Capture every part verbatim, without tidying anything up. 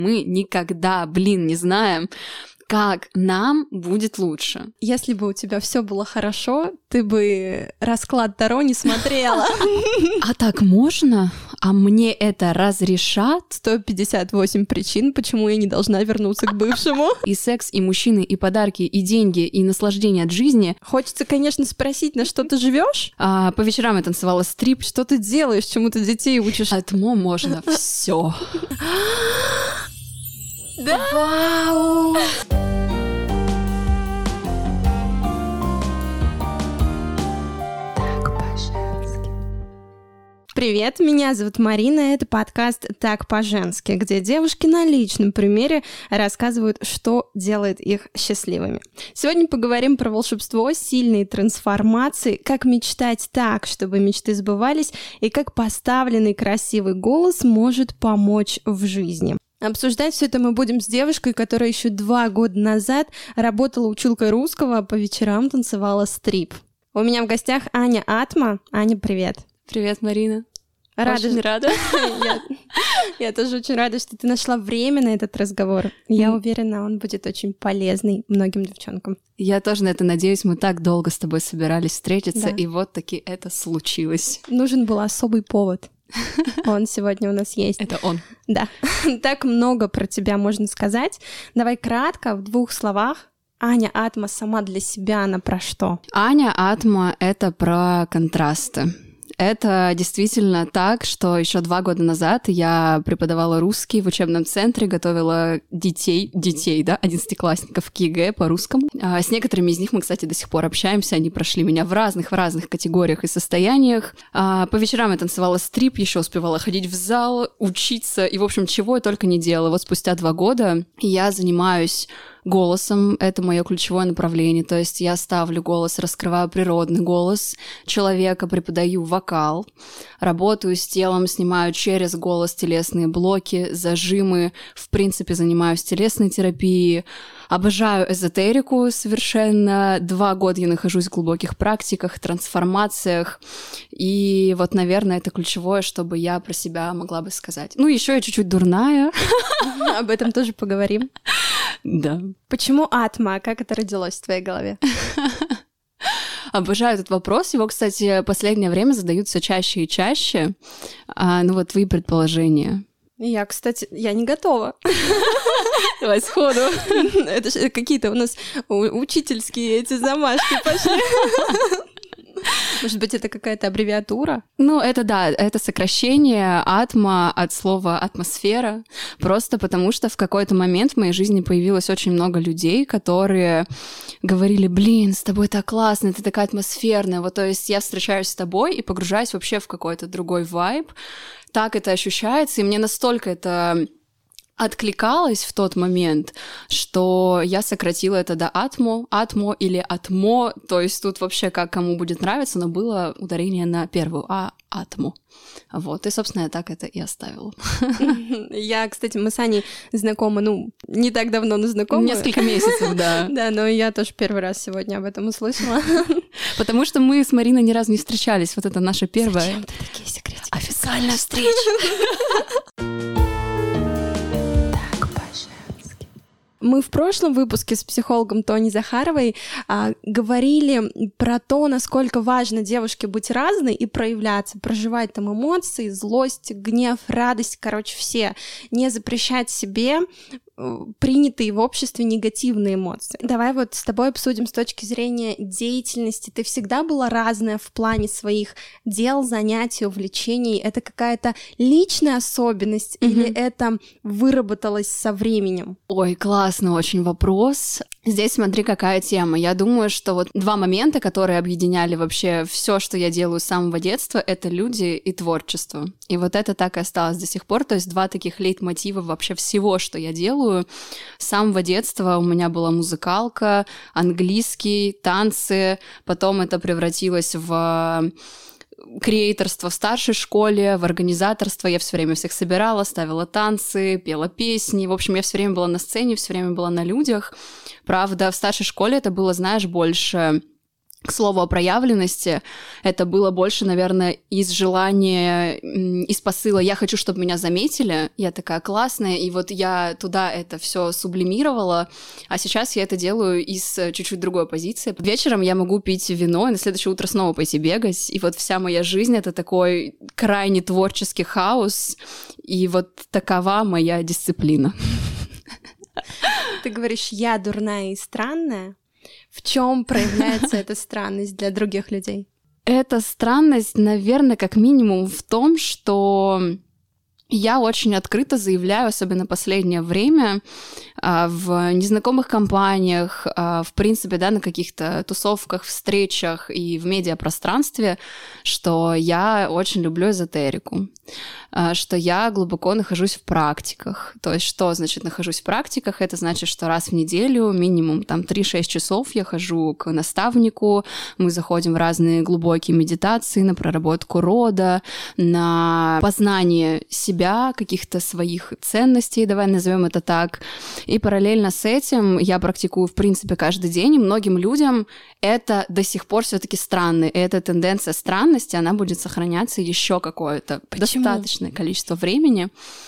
Мы никогда, блин, не знаем, как нам будет лучше. Если бы у тебя все было хорошо, ты бы расклад Таро не смотрела. А так можно? А мне это разрешат? сто пятьдесят восемь причин, почему я не должна вернуться к бывшему. И секс, и мужчины, и подарки, и деньги, и наслаждение от жизни. Хочется, конечно, спросить, на что ты живешь? А по вечерам я танцевала стрип. Что ты делаешь, чему ты детей учишь? Этому можно все. Да! Вау! Привет, меня зовут Марина, это подкаст «Так по-женски», где девушки на личном примере рассказывают, что делает их счастливыми. Сегодня поговорим про волшебство, сильные трансформации, как мечтать так, чтобы мечты сбывались, и как поставленный красивый голос может помочь в жизни. Обсуждать все это мы будем с девушкой, которая еще два года назад работала училкой русского, а по вечерам танцевала стрип. У меня в гостях Аня Атма. Аня, привет. Привет, Марина. Рада, очень рада. я, я тоже очень рада, что ты нашла время на этот разговор. Я mm. уверена, он будет очень полезный многим девчонкам. Я тоже на это надеюсь. Мы так долго с тобой собирались встретиться, да. И вот таки это случилось. Нужен был особый повод. Он сегодня у нас есть. Это он. Да. Так много про тебя можно сказать. Давай кратко, в двух словах. Аня Атма сама для себя, она про что? Аня Атма — это про контрасты. Это действительно так, что еще два года назад я преподавала русский в учебном центре, готовила детей, детей, да, одиннадцатиклассников к ЕГЭ по русскому. А с некоторыми из них мы, кстати, до сих пор общаемся, они прошли меня в разных, в разных категориях и состояниях. А по вечерам я танцевала стрип, еще успевала ходить в зал, учиться, и, в общем, чего я только не делала. Вот спустя два года я занимаюсь голосом, это мое ключевое направление, то есть я ставлю голос, раскрываю природный голос человека, преподаю вокал, работаю с телом, снимаю через голос телесные блоки, зажимы, в принципе, занимаюсь телесной терапией, обожаю эзотерику совершенно, два года я нахожусь в глубоких практиках, трансформациях, и вот, наверное, это ключевое, чтобы я про себя могла бы сказать. Ну, еще я чуть-чуть дурная. Об этом тоже поговорим. Да. Почему Атма? Как это родилось в твоей голове? Обожаю этот вопрос. Его, кстати, в последнее время задают все чаще и чаще. А, ну вот твои предположения. Я, кстати, я не готова. Давай сходу. Это же какие-то у нас учительские эти замашки пошли. Может быть, это какая-то аббревиатура? Ну, это да, это сокращение атма от слова атмосфера, просто потому что в какой-то момент в моей жизни появилось очень много людей, которые говорили: блин, с тобой так классно, ты такая атмосферная. Вот, то есть я встречаюсь с тобой и погружаюсь вообще в какой-то другой вайб. Так это ощущается, и мне настолько это откликалось в тот момент, что я сократила это до атмо, атмо или атмо, то есть тут вообще как кому будет нравиться, но было ударение на первую а, атмо. Вот, и, собственно, я так это и оставила. Я, кстати, мы с Аней знакомы, ну, не так давно, но знакомы. Несколько месяцев, да. Да, но я тоже первый раз сегодня об этом услышала. Потому что мы с Мариной ни разу не встречались. Вот это наша первая... Зачем ты такие секретики? Официальная встреча. Мы в прошлом выпуске с психологом Тони Захаровой а, говорили про то, насколько важно девушке быть разной и проявляться, проживать там эмоции, злость, гнев, радость, короче, все. Не запрещать себе принятые в обществе негативные эмоции. Давай вот с тобой обсудим с точки зрения деятельности. Ты всегда была разная в плане своих дел, занятий, увлечений? Это какая-то личная особенность mm-hmm. или это выработалось со временем? Ой, классный очень вопрос. Здесь смотри, какая тема. Я думаю, что вот два момента, которые объединяли вообще все, что я делаю с самого детства, это люди и творчество. И вот это так и осталось до сих пор. То есть два таких лейтмотива вообще всего, что я делаю. С самого детства у меня была музыкалка, английский, танцы. Потом это превратилось в креаторство в старшей школе, в организаторство. Я все время всех собирала, ставила танцы, пела песни. В общем, я все время была на сцене, все время была на людях. Правда, в старшей школе это было, знаешь, больше К слову о проявленности, это было больше, наверное, из желания, из посыла «я хочу, чтобы меня заметили», я такая классная, и вот я туда это все сублимировала, а сейчас я это делаю из чуть-чуть другой позиции. Вечером я могу пить вино, и на следующее утро снова пойти бегать, и вот вся моя жизнь — это такой крайне творческий хаос, и вот такова моя дисциплина. Ты говоришь «я дурная и странная». В чем проявляется эта странность для других людей? Эта странность, наверное, как минимум в том, что я очень открыто заявляю, особенно в последнее время, в незнакомых компаниях, в принципе, да, на каких-то тусовках, встречах и в медиапространстве, что я очень люблю эзотерику, что я глубоко нахожусь в практиках. То есть что значит нахожусь в практиках? Это значит, что раз в неделю, минимум там три-шесть часов я хожу к наставнику, мы заходим в разные глубокие медитации, на проработку рода, на познание себя, каких-то своих ценностей, давай назовем это так. И параллельно с этим я практикую, в принципе, каждый день, и многим людям это до сих пор все-таки странно. И эта тенденция странности, она будет сохраняться еще какое-то Почему? достаточное количество времени.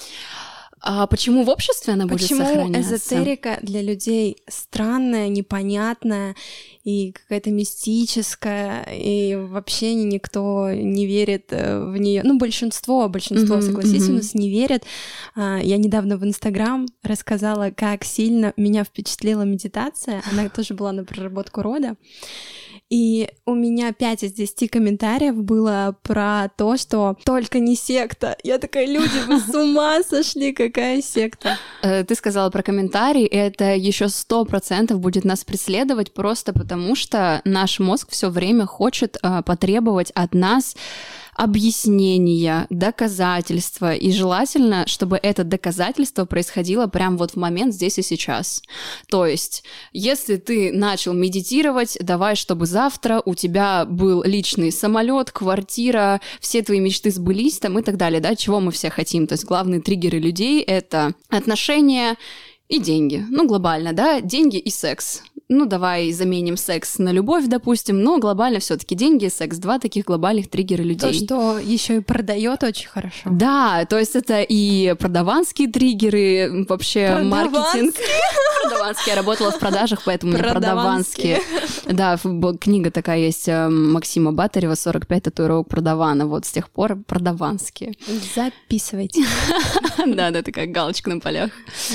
А почему в обществе она почему будет сохраняться? Почему эзотерика для людей странная, непонятная и какая-то мистическая, и вообще никто не верит в нее. Ну, большинство, большинство, mm-hmm, согласись, mm-hmm. у нас не верят. Я недавно в Инстаграм рассказала, как сильно меня впечатлила медитация. Она тоже была на проработку рода. И у меня пять из десяти комментариев было про то, что только не секта. Я такая, люди, вы с ума сошли, какая секта? Ты сказала про комментарии, это еще сто процентов будет нас преследовать просто потому, что наш мозг все время хочет потребовать от нас объяснения, доказательства, и желательно, чтобы это доказательство происходило прямо вот в момент здесь и сейчас. То есть, если ты начал медитировать, давай, чтобы завтра у тебя был личный самолет, квартира, все твои мечты сбылись там и так далее, да, чего мы все хотим. То есть главные триггеры людей — это отношения и деньги. Ну, глобально, да, деньги и секс. Ну, давай заменим секс на любовь, допустим, но глобально все-таки деньги и секс — два таких глобальных триггера людей. То, что еще и продает очень хорошо. Да, то есть это и продаванские триггеры, вообще маркетинг. Продаванские. Я работала в продажах, поэтому у меня продаванские. Да, книга такая есть Максима Батарева «сорок пять татуировок продавана». Вот с тех пор продаванские. Записывайте. Да, да, такая галочка на полях.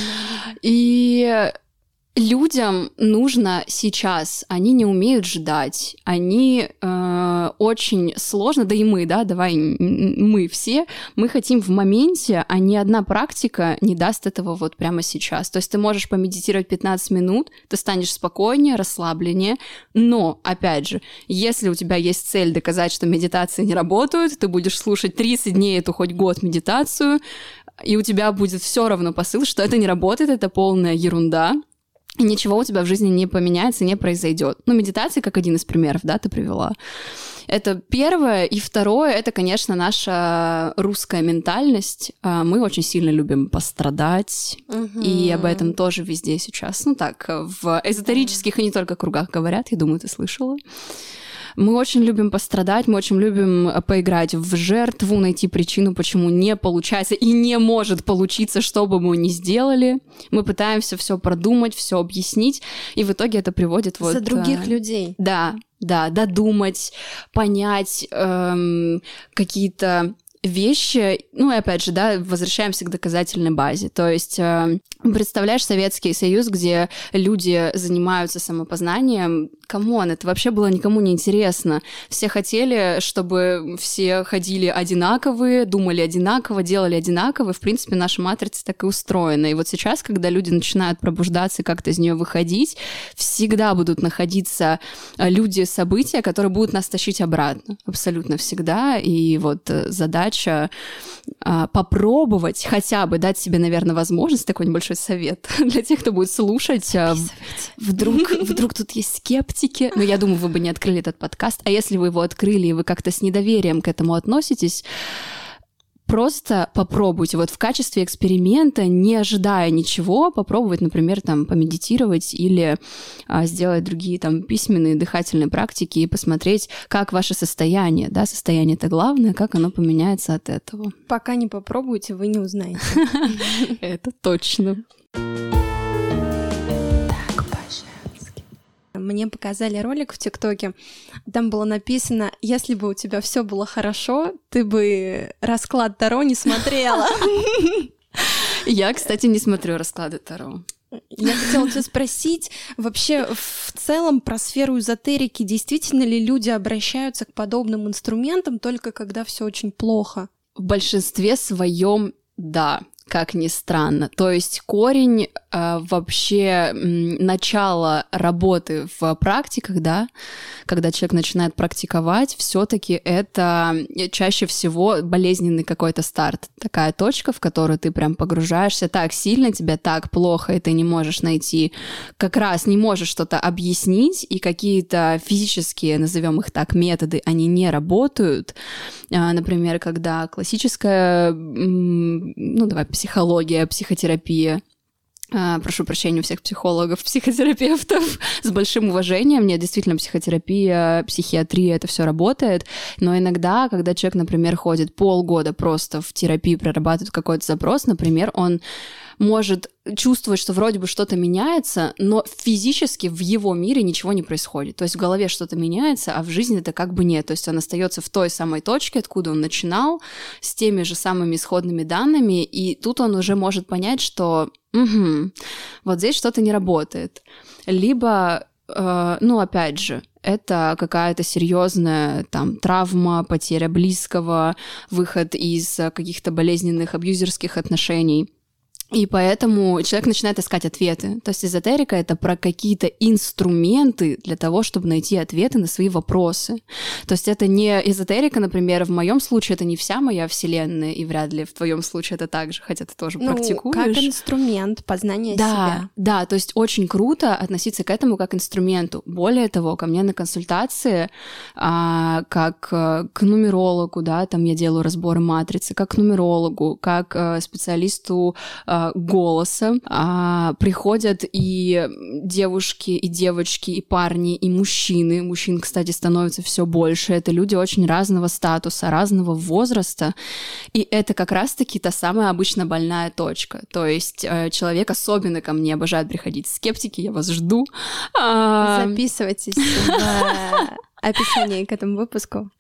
И людям нужно сейчас, они не умеют ждать, они э, очень сложно, да и мы, да, давай мы все, мы хотим в моменте, а ни одна практика не даст этого вот прямо сейчас. То есть ты можешь помедитировать пятнадцать минут, ты станешь спокойнее, расслабленнее, но, опять же, если у тебя есть цель доказать, что медитации не работают, ты будешь слушать тридцать дней эту хоть год медитацию, и у тебя будет все равно посыл, что это не работает, это полная ерунда, и ничего у тебя в жизни не поменяется, не произойдет. Ну, медитация, как один из примеров, да, ты привела. Это первое. И второе, это, конечно, наша русская ментальность. Мы очень сильно любим пострадать, угу. И об этом тоже везде сейчас. Ну так, в эзотерических и не только кругах говорят, я думаю, ты слышала. Мы очень любим пострадать, мы очень любим поиграть в жертву, найти причину, почему не получается и не может получиться, что бы мы ни сделали. Мы пытаемся все продумать, все объяснить, и в итоге это приводит вот... За других людей. Да, да, додумать, понять эм, какие-то вещи, ну и опять же, да, возвращаемся к доказательной базе. То есть, э, представляешь Советский Союз, где люди занимаются самопознанием, камон, это вообще было никому не интересно. Все хотели, чтобы все ходили одинаковые, думали одинаково, делали одинаково, в принципе, наша матрица так и устроена. И вот сейчас, когда люди начинают пробуждаться и как-то из нее выходить, всегда будут находиться люди, события, которые будут нас тащить обратно. Абсолютно всегда. И вот задача попробовать хотя бы дать себе, наверное, возможность, такой небольшой совет для тех, кто будет слушать. Вдруг, вдруг тут есть скептики, но я думаю, вы бы не открыли этот подкаст. А если вы его открыли, и вы как-то с недоверием к этому относитесь, просто попробуйте. Вот в качестве эксперимента, не ожидая ничего, попробовать, например, там, помедитировать или а, сделать другие там письменные, дыхательные практики и посмотреть, как ваше состояние, да, состояние это главное, как оно поменяется от этого. Пока не попробуете, вы не узнаете. Это точно. Мне показали ролик в ТикТоке, там было написано: если бы у тебя все было хорошо, ты бы расклад Таро не смотрела. Я, кстати, не смотрю расклады Таро. Я хотела тебя спросить, вообще в целом про сферу эзотерики, действительно ли люди обращаются к подобным инструментам только когда все очень плохо? В большинстве своем да. Как ни странно. То есть корень э, вообще м, начало работы в практиках, да, когда человек начинает практиковать, все-таки это чаще всего болезненный какой-то старт. Такая точка, в которую ты прям погружаешься так сильно, тебе так плохо, и ты не можешь найти, как раз не можешь что-то объяснить, и какие-то физические, назовем их так, методы, они не работают. Э, например, когда классическая, м, ну давай, психология, психотерапия. А, прошу прощения у всех психологов, психотерапевтов. С большим уважением. Нет, действительно, психотерапия, психиатрия, это все работает. Но иногда, когда человек, например, ходит полгода просто в терапию, прорабатывает какой-то запрос, например, он может чувствовать, что вроде бы что-то меняется, но физически в его мире ничего не происходит. То есть в голове что-то меняется, а в жизни это как бы нет. То есть он остается в той самой точке, откуда он начинал, с теми же самыми исходными данными, и тут он уже может понять, что угу, вот здесь что-то не работает. Либо, э, ну, опять же, это какая-то серьезная там травма, потеря близкого, выход из каких-то болезненных абьюзерских отношений. И поэтому человек начинает искать ответы. То есть эзотерика — это про какие-то инструменты для того, чтобы найти ответы на свои вопросы. То есть это не эзотерика, например, в моем случае это не вся моя вселенная, и вряд ли в твоем случае это так же, хотя ты тоже ну, практикуешь. Как инструмент познания да, себя. Да, то есть очень круто относиться к этому как к инструменту. Более того, ко мне на консультации, а, как к нумерологу, да, там я делаю разборы матрицы, как к нумерологу, как а, специалисту а, голоса, а, приходят и девушки, и девочки, и парни, и мужчины. Мужчин, кстати, становится все больше. Это люди очень разного статуса, разного возраста. И это как раз-таки та самая обычно больная точка. То есть э, человек особенно ко мне обожает приходить. Скептики, я вас жду. А... Записывайтесь в описании к этому выпуску.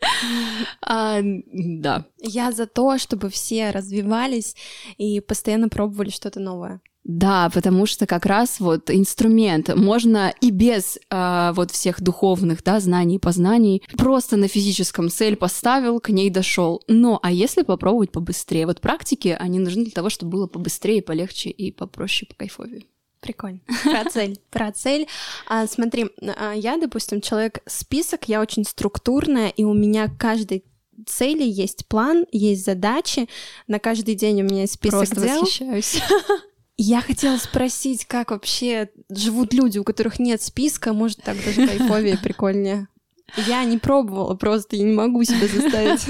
А, да. Я за то, чтобы все развивались и постоянно пробовали что-то новое. Да, потому что как раз вот инструмент можно и без э, вот всех духовных, да, знаний и познаний, просто на физическом цель поставил, к ней дошел. Но а если попробовать побыстрее? Вот практики, они нужны для того, чтобы было побыстрее, полегче и попроще, по кайфовее. Прикольно. Про цель. Про цель. А, смотри, я, допустим, человек-список, я очень структурная, и у меня каждый цели есть план, есть задачи. На каждый день у меня есть список Просто дел. восхищаюсь. Я хотела спросить, как вообще живут люди, у которых нет списка, может, так даже кайфовее, прикольнее. Я не пробовала, просто я не могу себя заставить.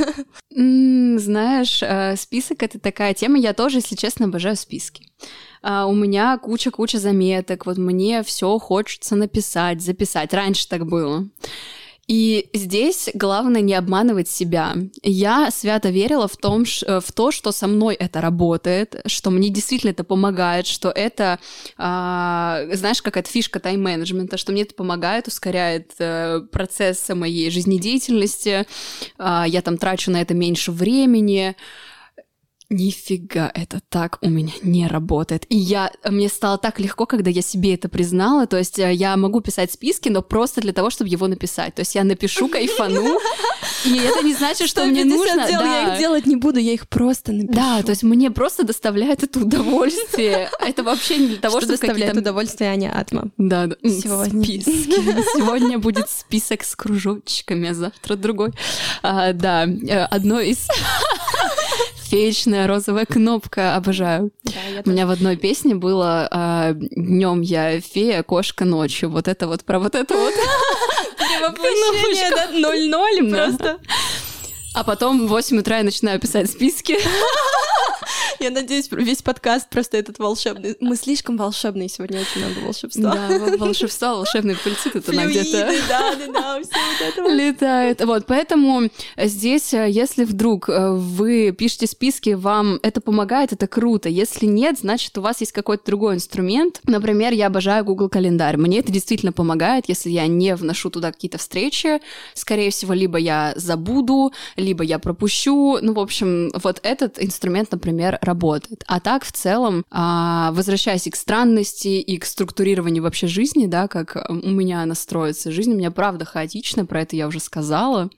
Знаешь, список — это такая тема, я тоже, если честно, обожаю списки. У меня куча-куча заметок, вот мне все хочется написать, записать. Раньше так было. И здесь главное не обманывать себя. Я свято верила в, том, в то, что со мной это работает, что мне действительно это помогает, что это, а, знаешь, какая-то фишка тайм-менеджмента, что мне это помогает, ускоряет а, процесс моей жизнедеятельности, а, я там трачу на это меньше времени. Нифига, это так у меня не работает. И я, мне стало так легко, когда я себе это признала. То есть я могу писать списки, но просто для того, чтобы его написать. То есть я напишу, кайфану, и это не значит, что мне нужно... Я их делать не буду, я их просто напишу. Да, то есть мне просто доставляет это удовольствие. Это вообще не для того, что чтобы доставляет удовольствие, Аня Атма. Да, да. Сегодня. Списки. Сегодня будет список с кружочками, а завтра другой. А, да, одно из... Феечная розовая кнопка, обожаю. Да, у меня в одной песне было а, «Днем я фея, кошка ночью». Вот это вот про вот это вот. Воплощение, да, ноль-ноль просто. А потом в восемь утра я начинаю писать списки. Я надеюсь, весь подкаст просто этот волшебный. Мы слишком волшебные сегодня, очень много волшебства. Да, волшебство, волшебный пульсит, это на где-то... да, да, да, все вот это летает. Вот, поэтому здесь, если вдруг вы пишете списки, вам это помогает, это круто. Если нет, значит, у вас есть какой-то другой инструмент. Например, я обожаю Google календарь. Мне это действительно помогает, если я не вношу туда какие-то встречи. Скорее всего, либо я забуду, либо я пропущу. Ну, в общем, вот этот инструмент, например, работает. А так, в целом, возвращаясь и к странности, и к структурированию вообще жизни, да, как у меня она строится. Жизнь у меня, правда, хаотична, про это я уже сказала.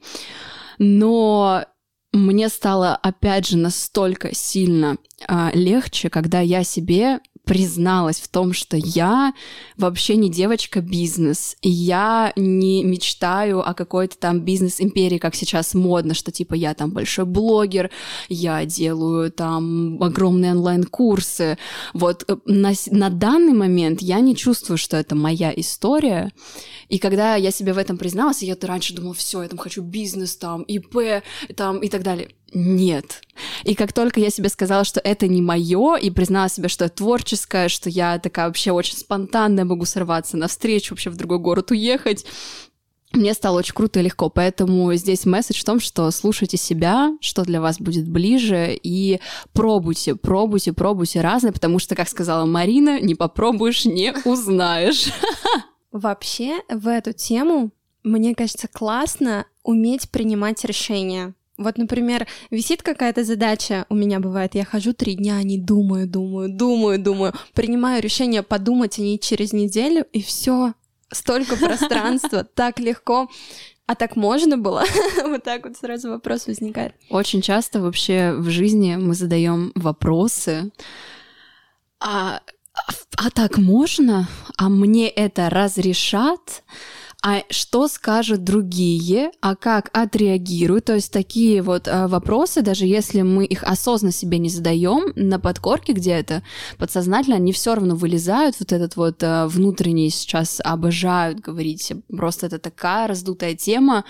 Но мне стало, опять же, настолько сильно легче, когда я себе призналась в том, что я вообще не девочка-бизнес, и я не мечтаю о какой-то там бизнес-империи, как сейчас модно, что типа я там большой блогер, я делаю там огромные онлайн-курсы. Вот на, на данный момент я не чувствую, что это моя история, и когда я себе в этом призналась, я раньше думала, все, я там хочу бизнес, там, ИП, там, и так далее. Нет. И как только я себе сказала, что это не мое, и признала себе, что я творческая, что я такая вообще очень спонтанная, могу сорваться навстречу, вообще в другой город уехать, мне стало очень круто и легко. Поэтому здесь месседж в том, что слушайте себя, что для вас будет ближе, и пробуйте, пробуйте, пробуйте разное, потому что, как сказала Марина, не попробуешь, не узнаешь. Вообще, в эту тему, мне кажется, классно уметь принимать решения. Вот, например, висит какая-то задача, у меня бывает, я хожу три дня, не думаю, думаю, думаю, думаю, принимаю решение подумать о ней через неделю, и все, столько пространства, так легко. А так можно было? Вот так вот сразу вопрос возникает. Очень часто вообще в жизни мы задаем вопросы, а, а так можно? А мне это разрешат? А что скажут другие, а как отреагируют? То есть такие вот а, вопросы, даже если мы их осознанно себе не задаем, на подкорке где-то подсознательно они все равно вылезают, вот этот вот а, внутренний сейчас обожают говорить, просто это такая раздутая тема,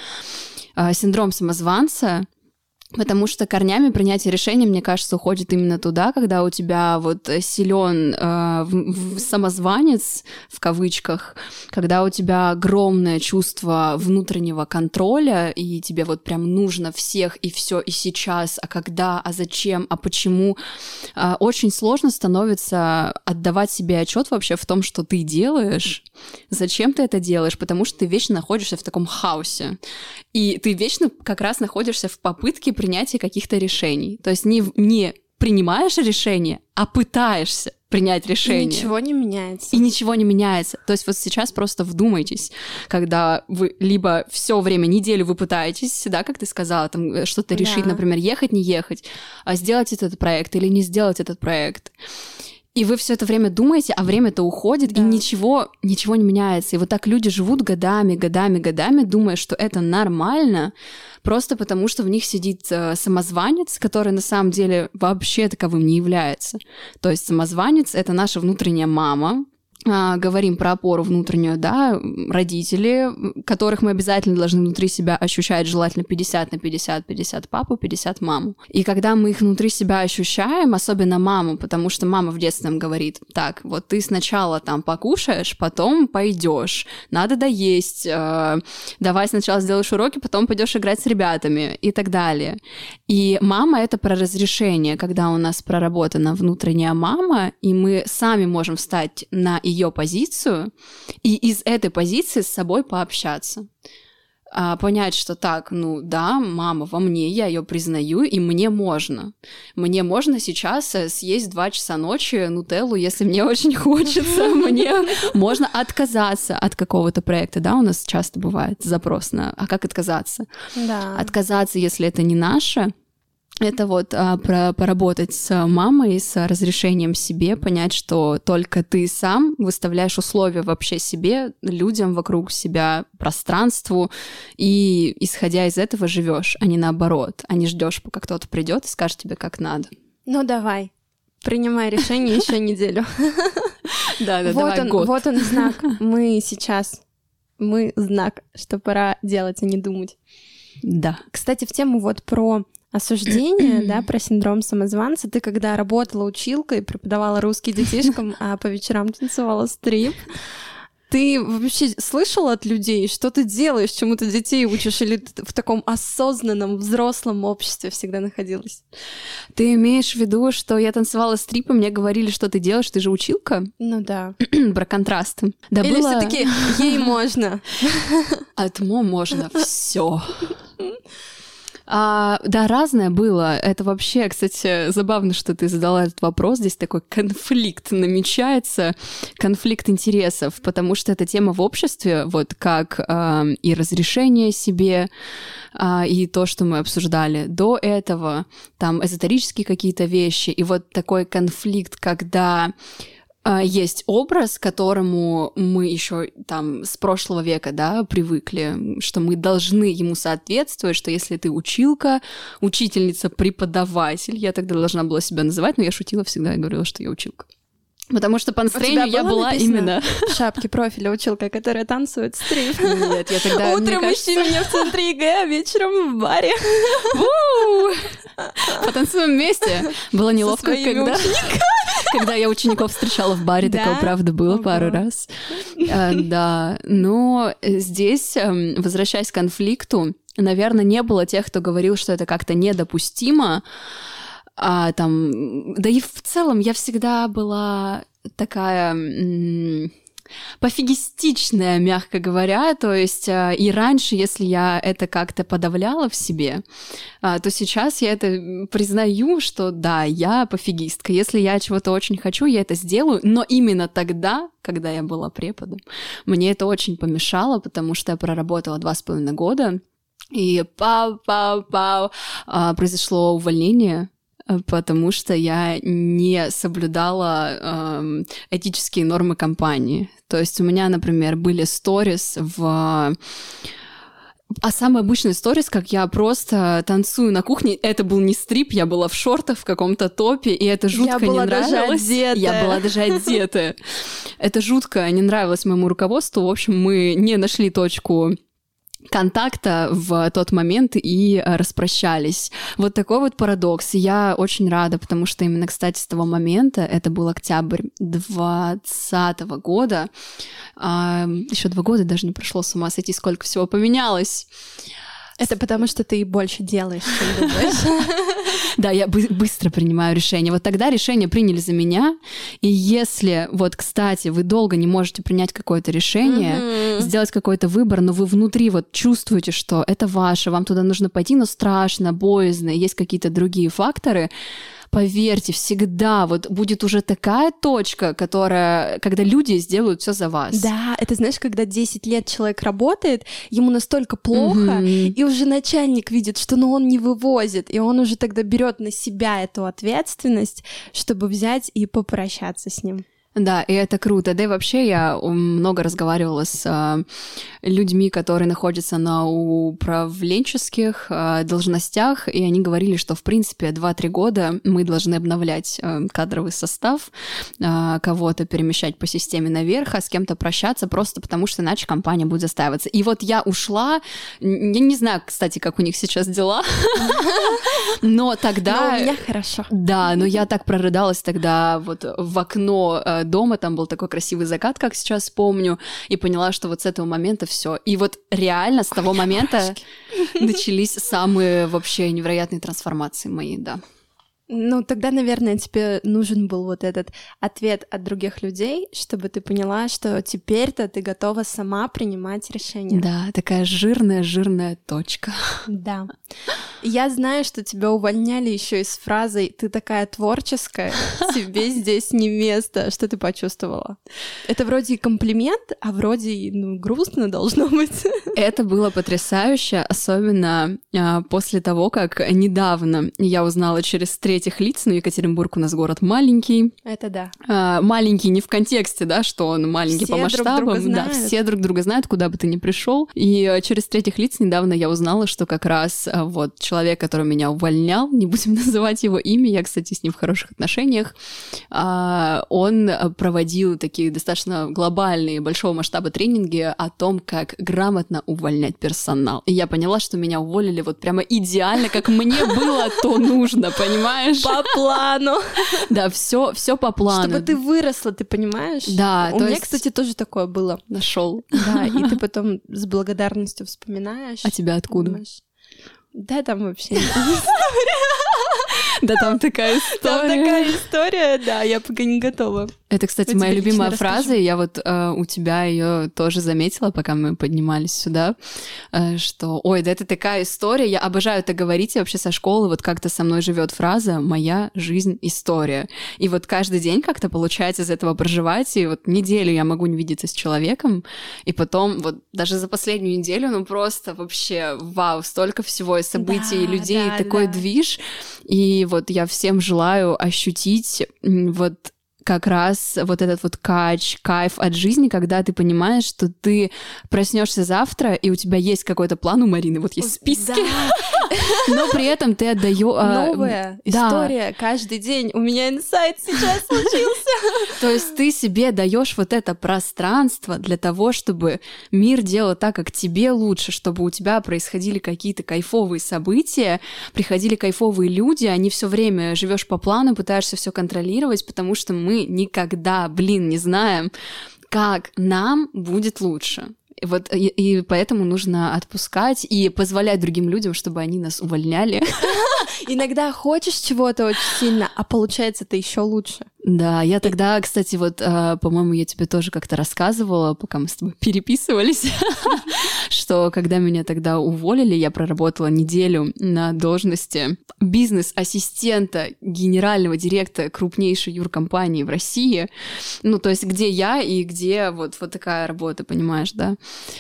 а, синдром самозванца. Потому что корнями принятие решений, мне кажется, уходит именно туда, когда у тебя вот силен э, в, в самозванец, в кавычках, когда у тебя огромное чувство внутреннего контроля, и тебе вот прям нужно всех и все и сейчас, а когда, а зачем, а почему. Э, очень сложно становится отдавать себе отчет вообще в том, что ты делаешь, зачем ты это делаешь, потому что ты вечно находишься в таком хаосе. И ты вечно как раз находишься в попытке принятия каких-то решений. То есть не, не принимаешь решение, а пытаешься принять решение. И ничего не меняется. И ничего не меняется. То есть вот сейчас просто вдумайтесь, когда вы либо все время, неделю вы пытаетесь, да, как ты сказала, там что-то решить, да. Например, ехать, не ехать, а сделать этот проект или не сделать этот проект. И вы все это время думаете, а время-то уходит, да. И ничего, ничего не меняется. И вот так люди живут годами, годами, годами, думая, что это нормально, просто потому что в них сидит э, самозванец, который на самом деле вообще таковым не является. То есть самозванец — это наша внутренняя мама. А, говорим про опору внутреннюю, да, родители, которых мы обязательно должны внутри себя ощущать, желательно пятьдесят на пятьдесят, пятьдесят папу, пятьдесят маму. И когда мы их внутри себя ощущаем, особенно маму, потому что мама в детстве нам говорит: так, вот ты сначала там покушаешь, потом пойдешь, надо доесть, э, давай сначала сделаешь уроки, потом пойдешь играть с ребятами и так далее. И мама — это про разрешение, когда у нас проработана внутренняя мама, и мы сами можем встать на ее позицию и из этой позиции с собой пообщаться. А, понять, что так, ну да, мама во мне, я ее признаю, и мне можно. Мне можно сейчас съесть два часа ночи нутеллу, если мне очень хочется. Мне можно отказаться от какого-то проекта, да, у нас часто бывает запрос на «а как отказаться?» Да. Отказаться, если это не наше. Это вот а, про, поработать с мамой, с разрешением себе, понять, что только ты сам выставляешь условия вообще себе, людям вокруг себя, пространству, и исходя из этого живешь, а не наоборот, а не ждешь, пока кто-то придет и скажет тебе, как надо. Ну давай, принимай решение еще неделю. Да, да, давай год. Вот он знак. Мы сейчас, мы знак, что пора делать, а не думать. Да. Кстати, в тему вот про осуждение, да, про синдром самозванца. Ты когда работала училкой, преподавала русский детишкам, а по вечерам танцевала стрип, ты вообще слышала от людей, что ты делаешь, чему ты детей учишь, или ты в таком осознанном взрослом обществе всегда находилась? Ты имеешь в виду, что я танцевала стрип, и мне говорили, что ты делаешь, ты же училка? Ну да. Про контрасты. Да или было... все-таки ей можно? Этому можно все. А, да, разное было. Это вообще, кстати, забавно, что ты задала этот вопрос. Здесь такой конфликт намечается, конфликт интересов, потому что эта тема в обществе, вот как э, и разрешение себе, э, и то, что мы обсуждали до этого, там эзотерические какие-то вещи, и вот такой конфликт, когда... есть образ, к которому мы еще там с прошлого века, да, привыкли, что мы должны ему соответствовать, что если ты училка, учительница, преподаватель, я тогда должна была себя называть, но я шутила всегда и говорила, что я училка. Потому что по настроению я была именно... в шапке профиля училка, которая танцует стрип. Нет, я тогда, утром кажется... ищи меня в центре ЕГЭ, а вечером в баре. Потанцуем вместе. Было неловко, когда... Когда я учеников встречала в баре, такое, правда, было пару раз. Да, но здесь, возвращаясь к конфликту, наверное, не было тех, кто говорил, что это как-то недопустимо. А, там, да и в целом я всегда была такая м- пофигистичная, мягко говоря, то есть а, и раньше, если я это как-то подавляла в себе, а, то сейчас я это признаю, что да, я пофигистка. Если я чего-то очень хочу, я это сделаю, но именно тогда, когда я была преподом, мне это очень помешало, потому что я проработала два с половиной года, и пау-пау-пау, а, произошло увольнение, потому что я не соблюдала э, этические нормы компании. То есть у меня, например, были сторис в... А самый обычный сторис, как я просто танцую на кухне, это был не стрип, я была в шортах, в каком-то топе, и это жутко не нравилось. Я была даже одетая. Это жутко не нравилось моему руководству. В общем, мы не нашли точку контакта в тот момент и распрощались. Вот такой вот парадокс. Я очень рада, потому что именно, кстати, с того момента, это был октябрь двадцатого года, а, еще два года даже не прошло, с ума сойти, сколько всего поменялось. Это потому, что ты больше делаешь, чем думаешь. Да, я бы- быстро принимаю решение. Вот тогда решение приняли за меня. И если, вот, кстати, вы долго не можете принять какое-то решение, mm-hmm. сделать какой-то выбор, но вы внутри вот чувствуете, что это ваше, вам туда нужно пойти, но страшно, боязно, есть какие-то другие факторы, поверьте, всегда вот будет уже такая точка, которая, когда люди сделают все за вас. Да, это знаешь, когда десять лет человек работает, ему настолько плохо, mm-hmm. и уже начальник видит, что ну, он не вывозит, и он уже тогда берет на себя эту ответственность, чтобы взять и попрощаться с ним. Да, и это круто. Да и вообще я много разговаривала с э, людьми, которые находятся на управленческих э, должностях, и они говорили, что, в принципе, два-три года мы должны обновлять э, кадровый состав, э, кого-то перемещать по системе наверх, а с кем-то прощаться, просто потому что иначе компания будет застаиваться. И вот я ушла, я не знаю, кстати, как у них сейчас дела, но тогда... Но у меня хорошо. Да, но я так прорыдалась тогда вот в окно дома, там был такой красивый закат, как сейчас помню, и поняла, что вот с этого момента все. И вот реально с того момента начались самые вообще невероятные трансформации мои, да. Ну, тогда, наверное, тебе нужен был вот этот ответ от других людей, чтобы ты поняла, что теперь-то ты готова сама принимать решения. Да, такая жирная-жирная точка. Да. Я знаю, что тебя увольняли еще и с фразой «ты такая творческая, тебе здесь не место». Что ты почувствовала? Это вроде и комплимент, а вроде и ну, грустно должно быть. Это было потрясающе, особенно а, после того, как недавно я узнала через третий третьих лиц, но Екатеринбург у нас город маленький. Это да. А, маленький не в контексте, да, что он маленький все по масштабам. Друг друга да, все друг друга знают, куда бы ты ни пришел. И через третьих лиц недавно я узнала, что как раз вот человек, который меня увольнял, не будем называть его имя, я, кстати, с ним в хороших отношениях, он проводил такие достаточно глобальные, большого масштаба тренинги о том, как грамотно увольнять персонал. И я поняла, что меня уволили вот прямо идеально, как мне было то нужно, понимаешь? По плану. Да, все, все по плану. Чтобы ты выросла, ты понимаешь? Да. У меня, есть... кстати, тоже такое было. Нашел. Да, и ты потом с благодарностью вспоминаешь. А тебя откуда? Думаешь, да, там вообще нет. Да, там такая история. Там такая история, да, я пока не готова. Это, кстати, моя любимая фраза, и я вот э, у тебя ее тоже заметила, пока мы поднимались сюда, э, что, ой, да это такая история, я обожаю это говорить, и вообще со школы вот как-то со мной живет фраза «моя жизнь — история». И вот каждый день как-то получается из этого проживать, и вот неделю я могу не видеться с человеком, и потом вот даже за последнюю неделю, ну просто вообще вау, столько всего и событий, да, и людей, да, такой да. движ, и вот я всем желаю ощутить вот как раз вот этот вот кач, кайф от жизни, когда ты понимаешь, что ты проснешься завтра, и у тебя есть какой-то план у Марины, вот есть списки, да. но при этом ты отдаешь... Новая да. история каждый день. У меня инсайт сейчас случился. То есть ты себе даешь вот это пространство для того, чтобы мир делал так, как тебе лучше, чтобы у тебя происходили какие-то кайфовые события, приходили кайфовые люди, а не все время живешь по плану, пытаешься все контролировать, потому что мы мы никогда, блин, не знаем, как нам будет лучше. И, вот, и, и поэтому нужно отпускать и позволять другим людям, чтобы они нас увольняли. Иногда хочешь чего-то очень сильно, а получается это еще лучше. Да, я тогда, кстати, вот, по-моему, я тебе тоже как-то рассказывала, пока мы с тобой переписывались, что когда меня тогда уволили, я проработала неделю на должности бизнес-ассистента генерального директора крупнейшей юркомпании в России. Ну, то есть где я и где вот, вот такая работа, понимаешь, да?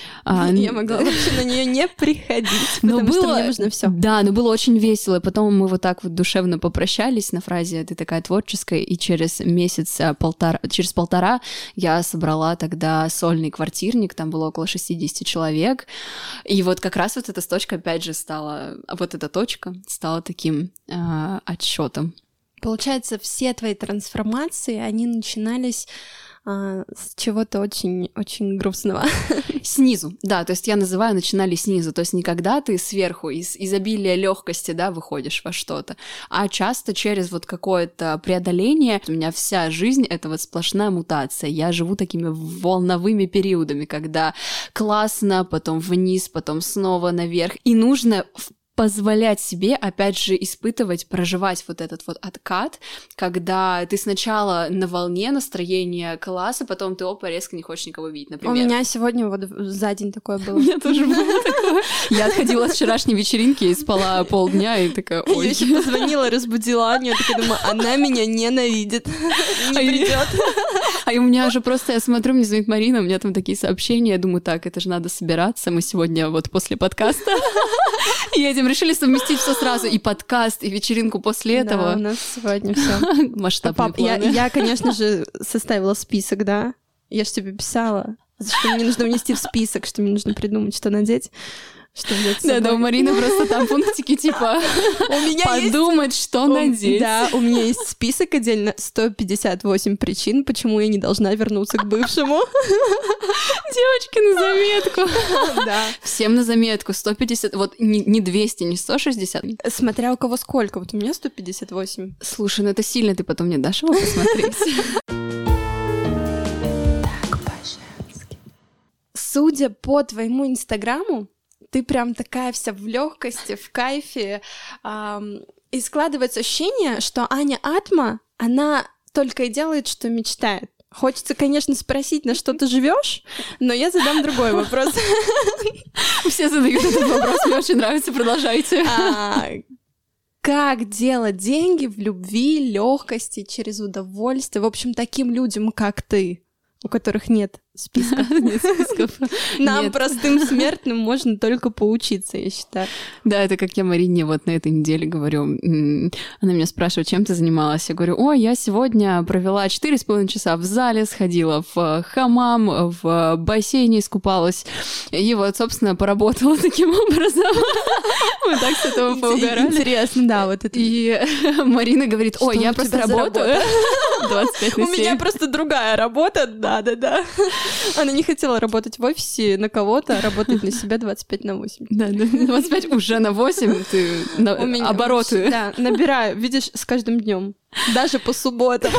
Я могла вообще на нее не приходить, потому было, что мне нужно все. Да, но было очень весело, и потом мы вот так вот душевно попрощались на фразе «ты такая творческая», и через месяц, полтора, через полтора я собрала тогда сольный квартирник, там было около шестьдесят человек, и вот как раз вот эта точка опять же стала, вот эта точка стала таким э, отсчетом. Получается, все твои трансформации, они начинались а, с чего-то очень-очень грустного. Снизу, да, то есть я называю начинали снизу, то есть не когда ты сверху из изобилия легкости, да, выходишь во что-то, а часто через вот какое-то преодоление. У меня вся жизнь — это вот сплошная мутация, я живу такими волновыми периодами, когда классно, потом вниз, потом снова наверх, и нужно позволять себе, опять же, испытывать, проживать вот этот вот откат, когда ты сначала на волне настроения класса, потом ты, опа, резко не хочешь никого видеть, например. У меня сегодня вот за день такое было. У меня тоже было такое. Я отходила с вчерашней вечеринки и спала полдня, и такая, ой. Я еще позвонила, разбудила Аню, я такая думаю, она меня ненавидит, не придет. А у меня же просто, я смотрю, мне звонит Марина, у меня там такие сообщения, я думаю, так, это же надо собираться, мы сегодня вот после подкаста едем, решили совместить все сразу, и подкаст, и вечеринку после этого. Да, у нас сегодня все. Масштабные планы. Я, я, конечно же, составила список, да, я же тебе писала, что мне нужно внести в список, что мне нужно придумать, что надеть. Что взять с собой. Да, да, у Марины просто там пунктики типа у меня подумать, есть... что надеть. Да, у меня есть список отдельно сто пятьдесят восемь причин, почему я не должна вернуться к бывшему. Девочки, на заметку. Да. Всем на заметку. сто пятьдесят, вот не, не двести, не сто шестьдесят. Смотря у кого сколько. Вот у меня сто пятьдесят восемь. Слушай, ну это сильно, ты потом мне дашь его посмотреть? Так, по-женски. Судя по твоему инстаграму, ты прям такая вся в легкости, в кайфе. Эм, и складывается ощущение, что Аня Атма, она только и делает, что мечтает. Хочется, конечно, спросить, на что ты живешь, но я задам другой вопрос. Все задают этот вопрос, мне очень нравится, продолжайте. А, как делать деньги в любви, легкости, через удовольствие? В общем, таким людям, как ты, у которых нет списков. Нет списков. Нам, Нет. простым смертным, можно только поучиться, я считаю. Да, это как я Марине вот на этой неделе говорю. М, Она меня спрашивает, чем ты занималась? Я говорю, ой, я сегодня провела четыре с половиной часа в зале, сходила в хамам, в бассейне искупалась. И вот, собственно, поработала таким образом. Мы так с этого поугарали. Интересно, да, вот это. И Марина говорит, ой, Что я у просто тебя за работаю. двадцать пять на У меня семь. просто другая работа, да-да-да. Она не хотела работать в офисе на кого-то, а работать на себя двадцать пять на восемь. Да, да, двадцать пять уже на восемь, ты на У меня обороты. Да, набираю, видишь, с каждым днем. Даже по субботам.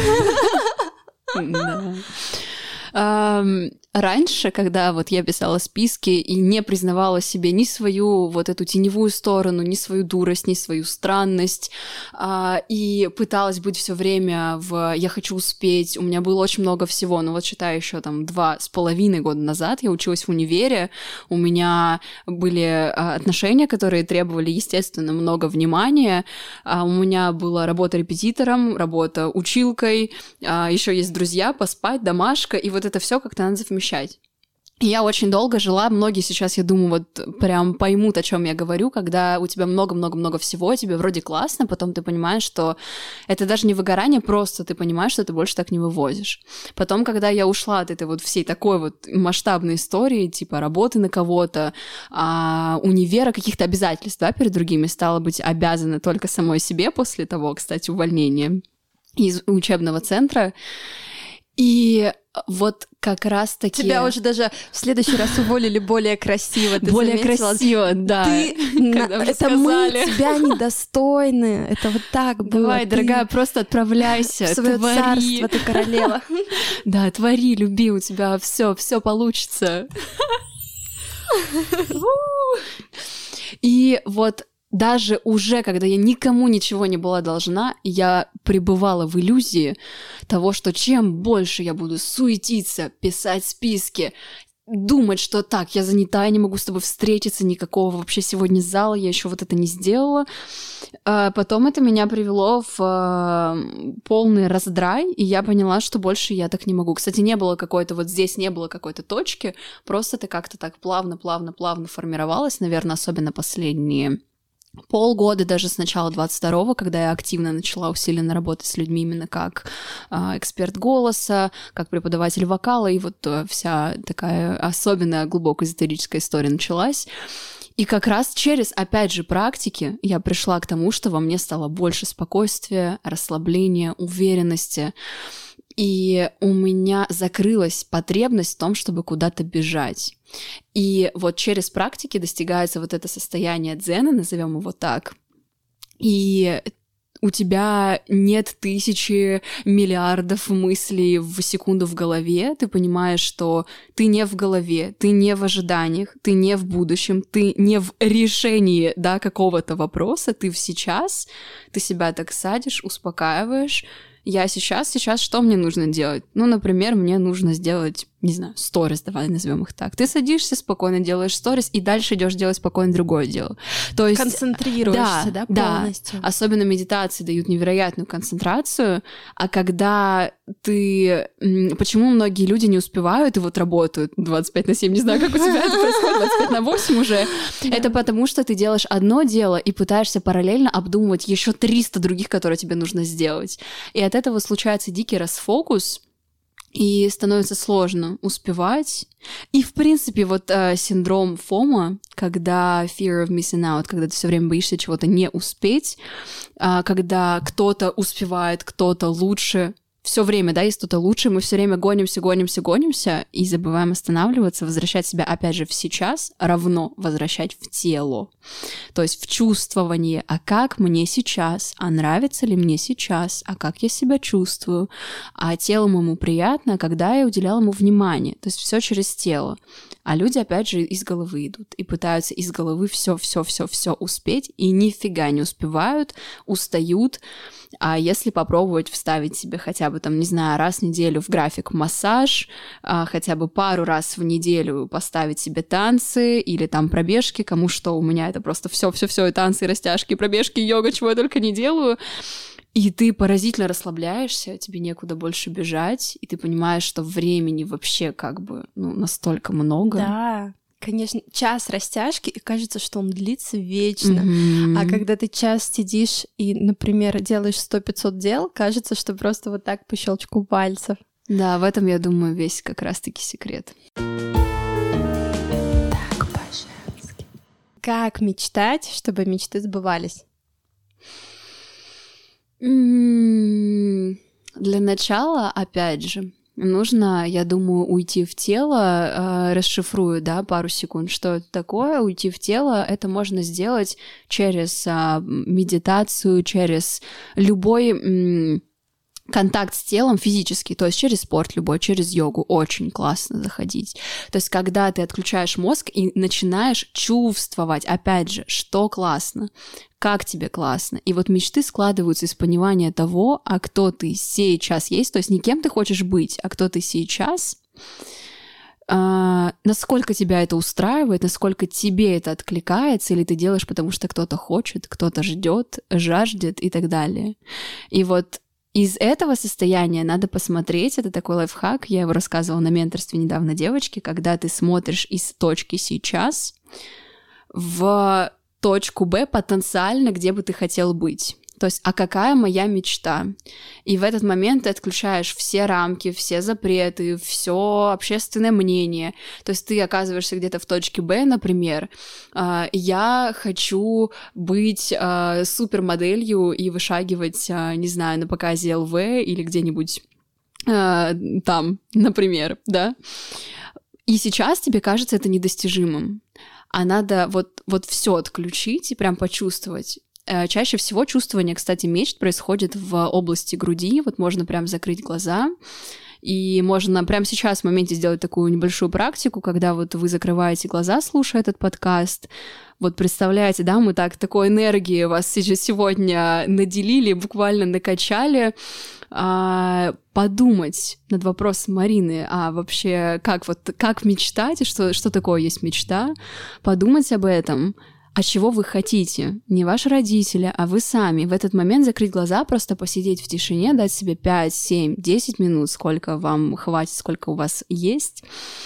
Да. Ам, Раньше, когда вот я писала списки и не признавала себе ни свою вот эту теневую сторону, ни свою дурость, ни свою странность, а, и пыталась быть все время в «я хочу успеть», у меня было очень много всего, но вот считаю, еще там два с половиной года назад я училась в универе, у меня были а, отношения, которые требовали, естественно, много внимания, а, у меня была работа репетитором, работа училкой, а, еще есть друзья, поспать, домашка, и вот это все как-то надо совмещать. И я очень долго жила, многие сейчас, я думаю, вот прям поймут, о чем я говорю, когда у тебя много-много-много всего, тебе вроде классно, потом ты понимаешь, что это даже не выгорание, просто ты понимаешь, что ты больше так не вывозишь. Потом, когда я ушла от этой вот всей такой вот масштабной истории, типа работы на кого-то, а, универа, каких-то обязательств, да, перед другими, стала быть обязана только самой себе после того, кстати, увольнения из учебного центра. И вот как раз-таки... Тебя уже даже в следующий раз уволили более красиво. Ты более заметила? красиво, да. Ты... Когда уже Это мы сказали. тебя недостойны. Это вот так было. Давай, Ты дорогая, просто отправляйся, в свое твори. царство, ты королева. Да, твори, люби, у тебя все, все получится. И вот даже уже, когда я никому ничего не была должна, я пребывала в иллюзии того, что чем больше я буду суетиться, писать списки, думать, что так, я занята, я не могу с тобой встретиться, никакого вообще сегодня зала, я еще вот это не сделала. А потом это меня привело в а, полный раздрай, и я поняла, что больше я так не могу. Кстати, не было какой-то, вот здесь не было какой-то точки, просто это как-то так плавно-плавно-плавно формировалось, наверное, особенно последние полгода, даже с начала двадцать второго, когда я активно начала усиленно работать с людьми именно как э, эксперт голоса, как преподаватель вокала, и вот э, вся такая особенно глубокая эзотерическая история началась. И как раз через, опять же, практики я пришла к тому, что во мне стало больше спокойствия, расслабления, уверенности. И у меня закрылась потребность в том, чтобы куда-то бежать. И вот через практики достигается вот это состояние дзена, назовем его так. И у тебя нет тысячи миллиардов мыслей в секунду в голове, ты понимаешь, что ты не в голове, ты не в ожиданиях, ты не в будущем, ты не в решении, да, какого-то вопроса, ты в сейчас, ты себя так садишь, успокаиваешь. Я сейчас, сейчас что мне нужно делать? Ну, например, мне нужно сделать, не знаю, сторис, давай назовем их так. Ты садишься, спокойно делаешь сторис, и дальше идешь делать спокойно другое дело. То есть, концентрируешься, да, да, полностью? Да, особенно медитации дают невероятную концентрацию, а когда ты... Почему многие люди не успевают и вот работают двадцать пять на семь, не знаю, как у тебя это происходит, двадцать пять на восемь уже, это потому что ты делаешь одно дело и пытаешься параллельно обдумывать еще триста других, которые тебе нужно сделать. И от этого случается дикий расфокус, и становится сложно успевать. И, в принципе, вот э, синдром фома, когда fear of missing out, когда ты все время боишься чего-то не успеть, э, когда кто-то успевает, кто-то лучше, все время, да, есть кто-то лучше, мы все время гонимся, гонимся, гонимся и забываем останавливаться, возвращать себя, опять же, в сейчас, равно возвращать в тело. То есть в чувствование, а как мне сейчас, а нравится ли мне сейчас, а как я себя чувствую, а телу моему приятно, когда я уделяла ему внимание. То есть все через тело. А люди, опять же, из головы идут и пытаются из головы все-все-все-все успеть, и нифига не успевают, устают. А если попробовать вставить себе хотя бы, там, не знаю, раз в неделю в график массаж, а, хотя бы пару раз в неделю поставить себе танцы или там пробежки, кому что, у меня это просто все-все-все, и танцы, и растяжки, и пробежки, и йога, чего я только не делаю. И ты поразительно расслабляешься, тебе некуда больше бежать, и ты понимаешь, что времени вообще как бы ну, настолько много. Да, конечно, час растяжки, и кажется, что он длится вечно. Mm-hmm. А когда ты час сидишь и, например, делаешь сто-пятьсот дел, кажется, что просто вот так по щелчку пальцев. Да, в этом, я думаю, весь как раз-таки секрет. Так, по-женски. Как мечтать, чтобы мечты сбывались? Для начала, опять же, нужно, я думаю, уйти в тело, э, расшифрую, да, пару секунд, что это такое. Уйти в тело, это можно сделать через э, медитацию, через любой м, контакт с телом физический, то есть через спорт любой, через йогу, очень классно заходить. То есть когда ты отключаешь мозг и начинаешь чувствовать, опять же, что классно, как тебе классно. И вот мечты складываются из понимания того, а кто ты сейчас есть, то есть не кем ты хочешь быть, а кто ты сейчас, а, насколько тебя это устраивает, насколько тебе это откликается, или ты делаешь, потому что кто-то хочет, кто-то ждет, жаждет и так далее. И вот из этого состояния надо посмотреть, это такой лайфхак, я его рассказывала на менторстве недавно девочке, когда ты смотришь из точки сейчас в точку Б потенциально, где бы ты хотел быть. То есть, а какая моя мечта? И в этот момент ты отключаешь все рамки, все запреты, все общественное мнение. То есть ты оказываешься где-то в точке Б, например, я хочу быть супермоделью и вышагивать, не знаю, на показе эл ви или где-нибудь там, например, да? И сейчас тебе кажется это недостижимым. А надо вот, вот все отключить и прям почувствовать. Чаще всего чувствование, кстати, мечт происходит в области груди. Вот можно прям закрыть глаза, и можно прямо сейчас в моменте сделать такую небольшую практику, когда вот вы закрываете глаза, слушая этот подкаст. Вот представляете, да, мы так такой энергией вас сегодня наделили, буквально накачали. А, подумать над вопросом Марины, а вообще как, вот, как мечтать, и что, что такое есть мечта, подумать об этом, а чего вы хотите, не ваши родители, а вы сами. В этот момент закрыть глаза, просто посидеть в тишине, дать себе пять, семь, десять минут, сколько вам хватит, сколько у вас есть,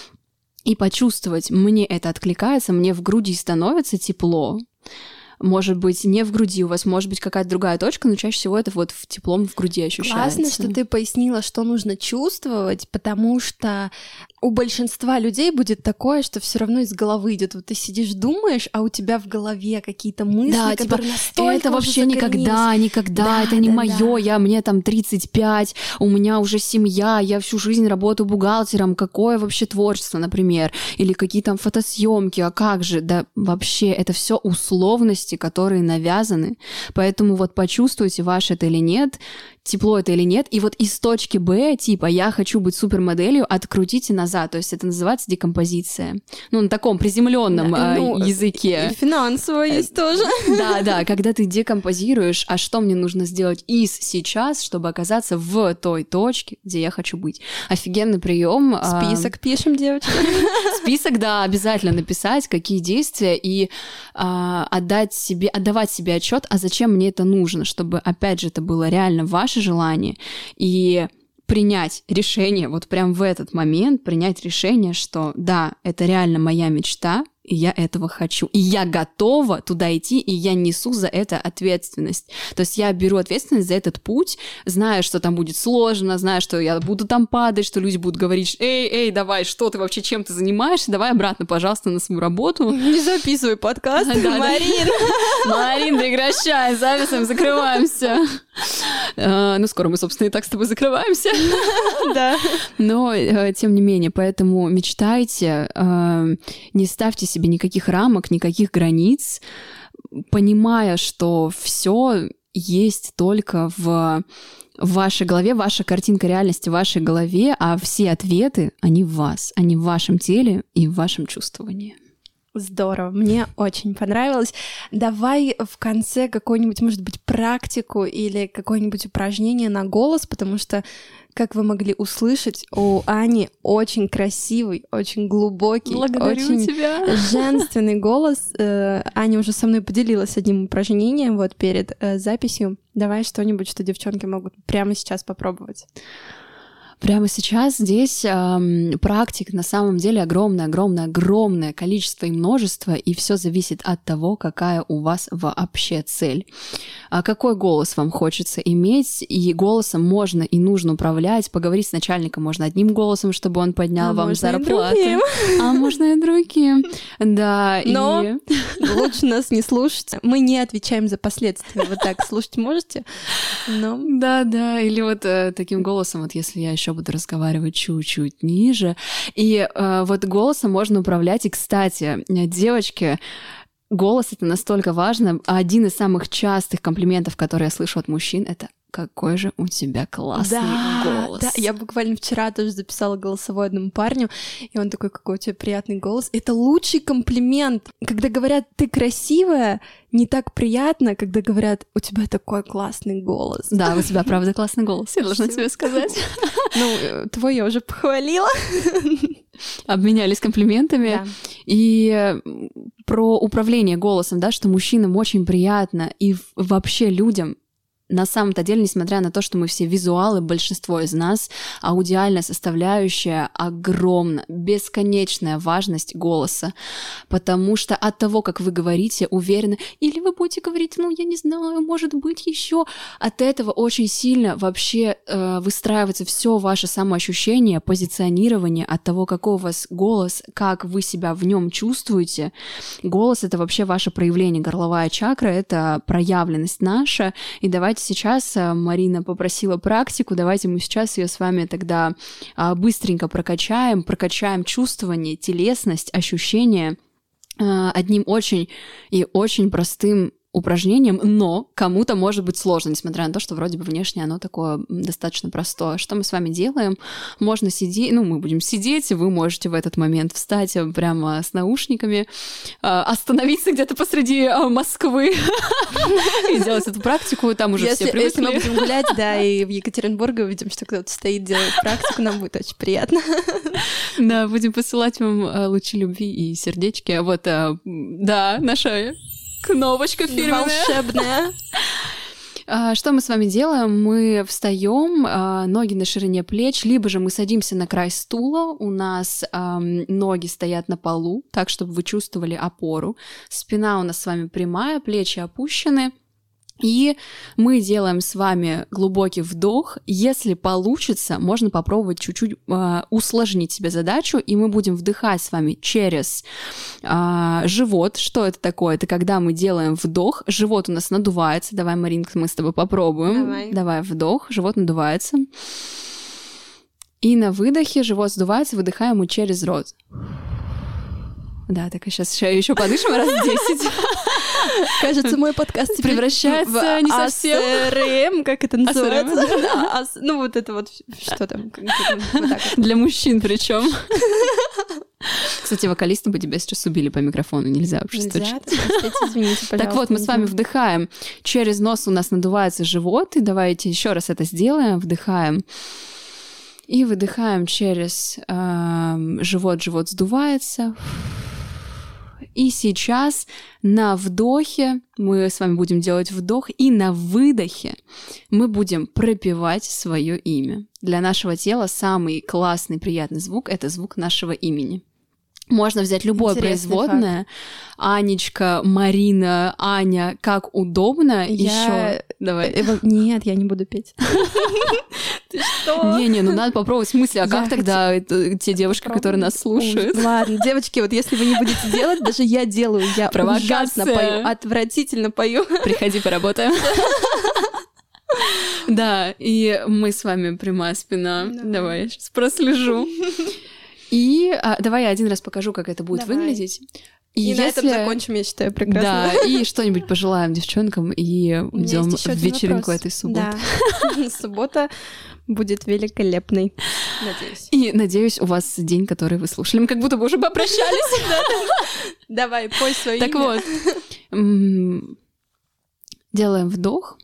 и почувствовать, мне это откликается, мне в груди становится тепло. Может быть, не в груди, у вас может быть какая-то другая точка, но чаще всего это вот в теплом в груди ощущается. Классно, что ты пояснила, что нужно чувствовать, потому что у большинства людей будет такое, что все равно из головы идет. Вот ты сидишь, думаешь, а у тебя в голове какие-то мысли, да, которые типа, настолько это вообще никогда, никогда, да, это не да, мое, да. Я мне там тридцать пять, у меня уже семья, я всю жизнь работаю бухгалтером, какое вообще творчество, например, или какие там фотосъемки, а как же, да вообще это все условности, которые навязаны, поэтому вот почувствуйте, ваше это или нет, тепло это или нет, и вот из точки Б, типа, я хочу быть супермоделью, открутите назад, то есть это называется декомпозиция. Ну, на таком приземленном да, ну, э, языке. Финансово есть тоже. Да, да, когда ты декомпозируешь, а что мне нужно сделать из сейчас, чтобы оказаться в той точке, где я хочу быть. Офигенный прием. Список пишем, девочки. Список, да, обязательно написать, какие действия, и отдать себе, отдавать себе отчет, а зачем мне это нужно, чтобы, опять же, это было реально ваше желание, и принять решение, вот прям в этот момент принять решение, что да, это реально моя мечта, и я этого хочу. И я готова туда идти, и я несу за это ответственность. То есть я беру ответственность за этот путь, зная, что там будет сложно, зная, что я буду там падать, что люди будут говорить, эй, эй, давай, что ты вообще, чем ты занимаешься, давай обратно, пожалуйста, на свою работу. Не записывай подкаст, Марин. Марин, прекращай, записываем, закрываемся. Ну, скоро мы, собственно, и так с тобой закрываемся. Да. Но, тем не менее, поэтому мечтайте, не ставьте себе никаких рамок, никаких границ, понимая, что все есть только в вашей голове, ваша картинка реальности в вашей голове, а все ответы, они в вас, они в вашем теле и в вашем чувствовании. Здорово, мне очень понравилось. Давай в конце какую-нибудь, может быть, практику или какое-нибудь упражнение на голос, потому что, как вы могли услышать, у Ани очень красивый, очень глубокий, Благодарю очень тебя. женственный голос. Аня уже со мной поделилась одним упражнением вот перед записью. Давай что-нибудь, что девчонки могут прямо сейчас попробовать. Прямо сейчас здесь эм, практик на самом деле огромное-огромное-огромное количество и множество, и все зависит от того, какая у вас вообще цель. А какой голос вам хочется иметь, и голосом можно и нужно управлять. Поговорить с начальником можно одним голосом, чтобы он поднял а вам можно зарплату. И другим. А можно и другим. Да, но и... лучше нас не слушать. Мы не отвечаем за последствия. Вот так слушать можете? Но... Да, да. Или вот э, таким голосом, вот если я еще буду разговаривать чуть-чуть ниже. И э, вот голосом можно управлять. И, кстати, девочки, голос — это настолько важно. Один из самых частых комплиментов, которые я слышу от мужчин, это «какой же у тебя классный да, голос». Да, я буквально вчера тоже записала голосовой одному парню, и он такой: какой у тебя приятный голос. Это лучший комплимент. Когда говорят «ты красивая», не так приятно, когда говорят «у тебя такой классный голос». Да, у тебя, правда, классный голос, я должна тебе сказать. Ну, твой я уже похвалила. Обменялись комплиментами. Да. И про управление голосом, да, что мужчинам очень приятно, и вообще людям на самом-то деле, несмотря на то, что мы все визуалы, большинство из нас, аудиальная составляющая огромна, бесконечная важность голоса, потому что от того, как вы говорите, уверенно, или вы будете говорить, ну, я не знаю, может быть, еще, от этого очень сильно вообще э, выстраивается все ваше самоощущение, позиционирование от того, какой у вас голос, как вы себя в нем чувствуете. Голос — это вообще ваше проявление, горловая чакра — это проявленность наша, и давайте сейчас, Марина попросила практику, давайте мы сейчас ее с вами тогда быстренько прокачаем, прокачаем чувствование, телесность, ощущения одним очень и очень простым упражнением, но кому-то может быть сложно, несмотря на то, что вроде бы внешне оно такое достаточно простое. Что мы с вами делаем? Можно сидеть, ну, мы будем сидеть, вы можете в этот момент встать прямо с наушниками, остановиться где-то посреди Москвы и сделать эту практику, там уже все привыкли. Если мы будем гулять, да, и в Екатеринбурге увидим, что кто-то стоит, делает практику, нам будет очень приятно. Да, будем посылать вам лучи любви и сердечки. Вот, да, наша кнопочка фирменная. Волшебная. Что мы с вами делаем? Мы встаем, ноги на ширине плеч, либо же мы садимся на край стула, у нас ноги стоят на полу, так, чтобы вы чувствовали опору. Спина у нас с вами прямая, плечи опущены. И мы делаем с вами глубокий вдох. Если получится, можно попробовать чуть-чуть э, усложнить себе задачу, и мы будем вдыхать с вами через э, живот. Что это такое? Это когда мы делаем вдох, живот у нас надувается. Давай, Маринка, мы с тобой попробуем. Давай. Давай вдох, живот надувается. И на выдохе живот сдувается, выдыхаем мы через рот. Да, так и сейчас еще подышим раз десять. Кажется, мой подкаст теперь превращается не совсем... АСРМ, как это называется? Ну, вот это вот, что там? Для мужчин причем. Кстати, вокалисты бы тебя сейчас убили по микрофону, нельзя вообще стучать. Извините, пожалуйста. Так вот, мы с вами вдыхаем. Через нос у нас надувается живот, и давайте еще раз это сделаем. Вдыхаем. И выдыхаем через э, живот, живот сдувается. И сейчас на вдохе мы с вами будем делать вдох, и на выдохе мы будем пропевать свое имя. Для нашего тела самый классный, приятный звук — это звук нашего имени. Можно взять любое Интересный производное. Факт. Анечка, Марина, Аня, как удобно. Я... Еще. Давай. Нет, я не буду петь. Ты что? Не-не, ну надо попробовать. В смысле, а как тогда те девушки, которые нас слушают? Ладно, девочки, вот если вы не будете делать, даже я делаю. Я ужасно пою, отвратительно пою. Приходи, поработаем. Да, и мы с вами прямая спина. Давай, я сейчас прослежу. И а, давай я один раз покажу, как это будет давай. Выглядеть. И, и если... на этом закончим, я считаю, прекрасно. Да, и что-нибудь пожелаем девчонкам, и уйдем в вечеринку вопрос. Этой субботы. Да. Суббота будет великолепной. Надеюсь. И надеюсь, у вас день, который вы слушали. Мы как будто бы уже попрощались. Давай, пой свое имя. Так вот, делаем вдох.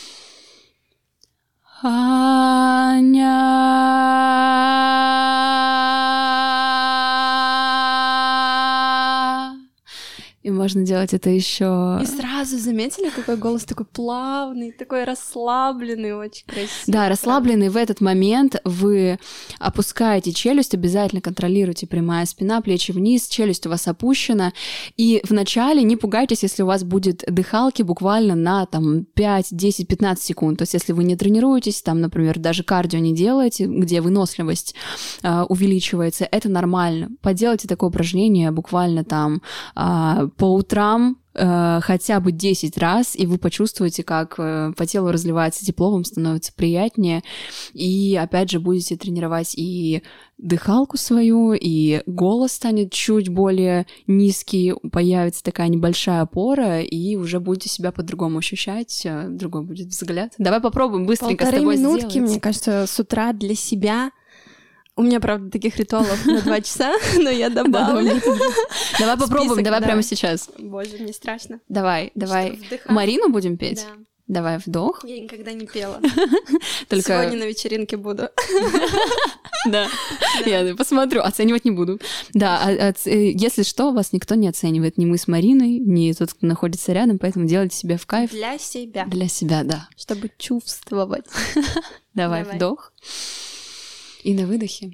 Аня. И можно делать это еще. И сразу заметили, какой голос такой плавный, такой расслабленный, очень красивый. Да, расслабленный. В этот момент вы опускаете челюсть, обязательно контролируйте прямая спина, плечи вниз, челюсть у вас опущена. И вначале не пугайтесь, если у вас будет дыхалки буквально на там, пять, десять, пятнадцать секунд. То есть если вы не тренируетесь, там, например, даже кардио не делаете, где выносливость э, увеличивается, это нормально. Поделайте такое упражнение буквально там э, по утрам, э, хотя бы десять раз, и вы почувствуете, как э, по телу разливается тепло, вам становится приятнее, и опять же будете тренировать и дыхалку свою, и голос станет чуть более низкий, появится такая небольшая опора, и уже будете себя по-другому ощущать, другой будет взгляд. Давай попробуем быстренько Полторы с тобой минутки, сделать. Мне кажется, с утра для себя. У меня, правда, таких ритуалов на два часа, но я добавлю. Давай попробуем, давай прямо сейчас. Боже, мне страшно. Давай, давай. Марину будем петь? Да. Давай, вдох. Я никогда не пела. Только... Сегодня на вечеринке буду. Да, я посмотрю, оценивать не буду. Да, если что, вас никто не оценивает. Ни мы с Мариной, ни тот, кто находится рядом, поэтому делайте себе в кайф. Для себя. Для себя, да. Чтобы чувствовать. Давай, вдох. И на выдохе.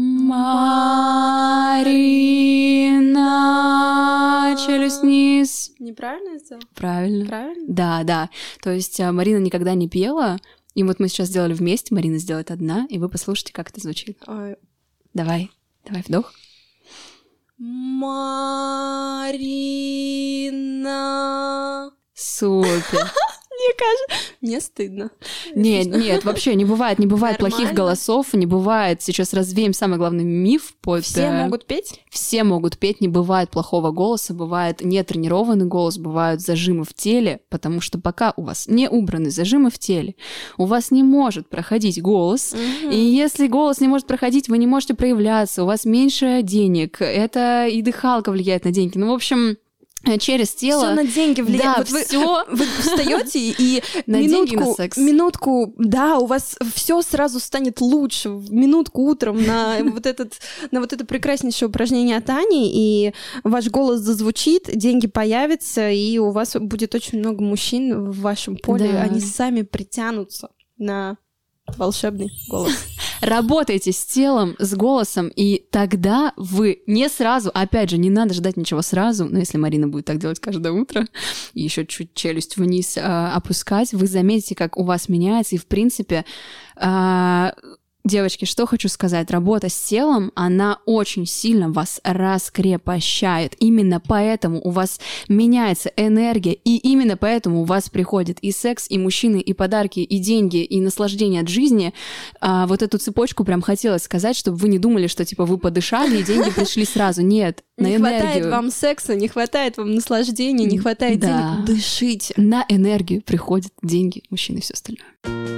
Марина, челюсть вниз. Неправильно я сделала? Правильно. Правильно? Да, да. То есть Марина никогда не пела, и вот мы сейчас сделали вместе, Марина сделает одна, и вы послушайте, как это звучит. Ой. Давай, давай вдох. Марина. Супер. Мне кажется, мне стыдно. Нет, нет, вообще не бывает, не бывает Нормально. плохих голосов, не бывает. Сейчас развеем самый главный миф. Под... Все могут петь? Все могут петь, не бывает плохого голоса, бывает нетренированный голос, бывают зажимы в теле, потому что пока у вас не убраны зажимы в теле, у вас не может проходить голос, Угу. и если голос не может проходить, вы не можете проявляться, у вас меньше денег, это и дыхалка влияет на деньги. Ну, в общем... через тело. Все на деньги влияет. Да, вот все. Вы, вы встаете и на минутку, деньги, на секс. минутку, да, у вас все сразу станет лучше. Минутку утром на вот этот, на вот это прекраснейшее упражнение от Ани, и ваш голос зазвучит, деньги появятся, и у вас будет очень много мужчин в вашем поле. Да. Они сами притянутся на волшебный голос. Работайте с телом, с голосом, и тогда вы не сразу, опять же, не надо ждать ничего сразу, но если Марина будет так делать каждое утро, и еще чуть челюсть вниз э, опускать, вы заметите, как у вас меняется, и в принципе... Э, Девочки, что хочу сказать, работа с телом, она очень сильно вас раскрепощает. Именно поэтому у вас меняется энергия, и именно поэтому у вас приходит и секс, и мужчины, и подарки, и деньги, и наслаждение от жизни. А вот эту цепочку прям хотелось сказать, чтобы вы не думали, что типа вы подышали, и деньги пришли сразу. Нет, на не энергию. Не хватает вам секса, не хватает вам наслаждения, не хватает да. денег. Дышите. На энергию приходят деньги, мужчины и все остальное.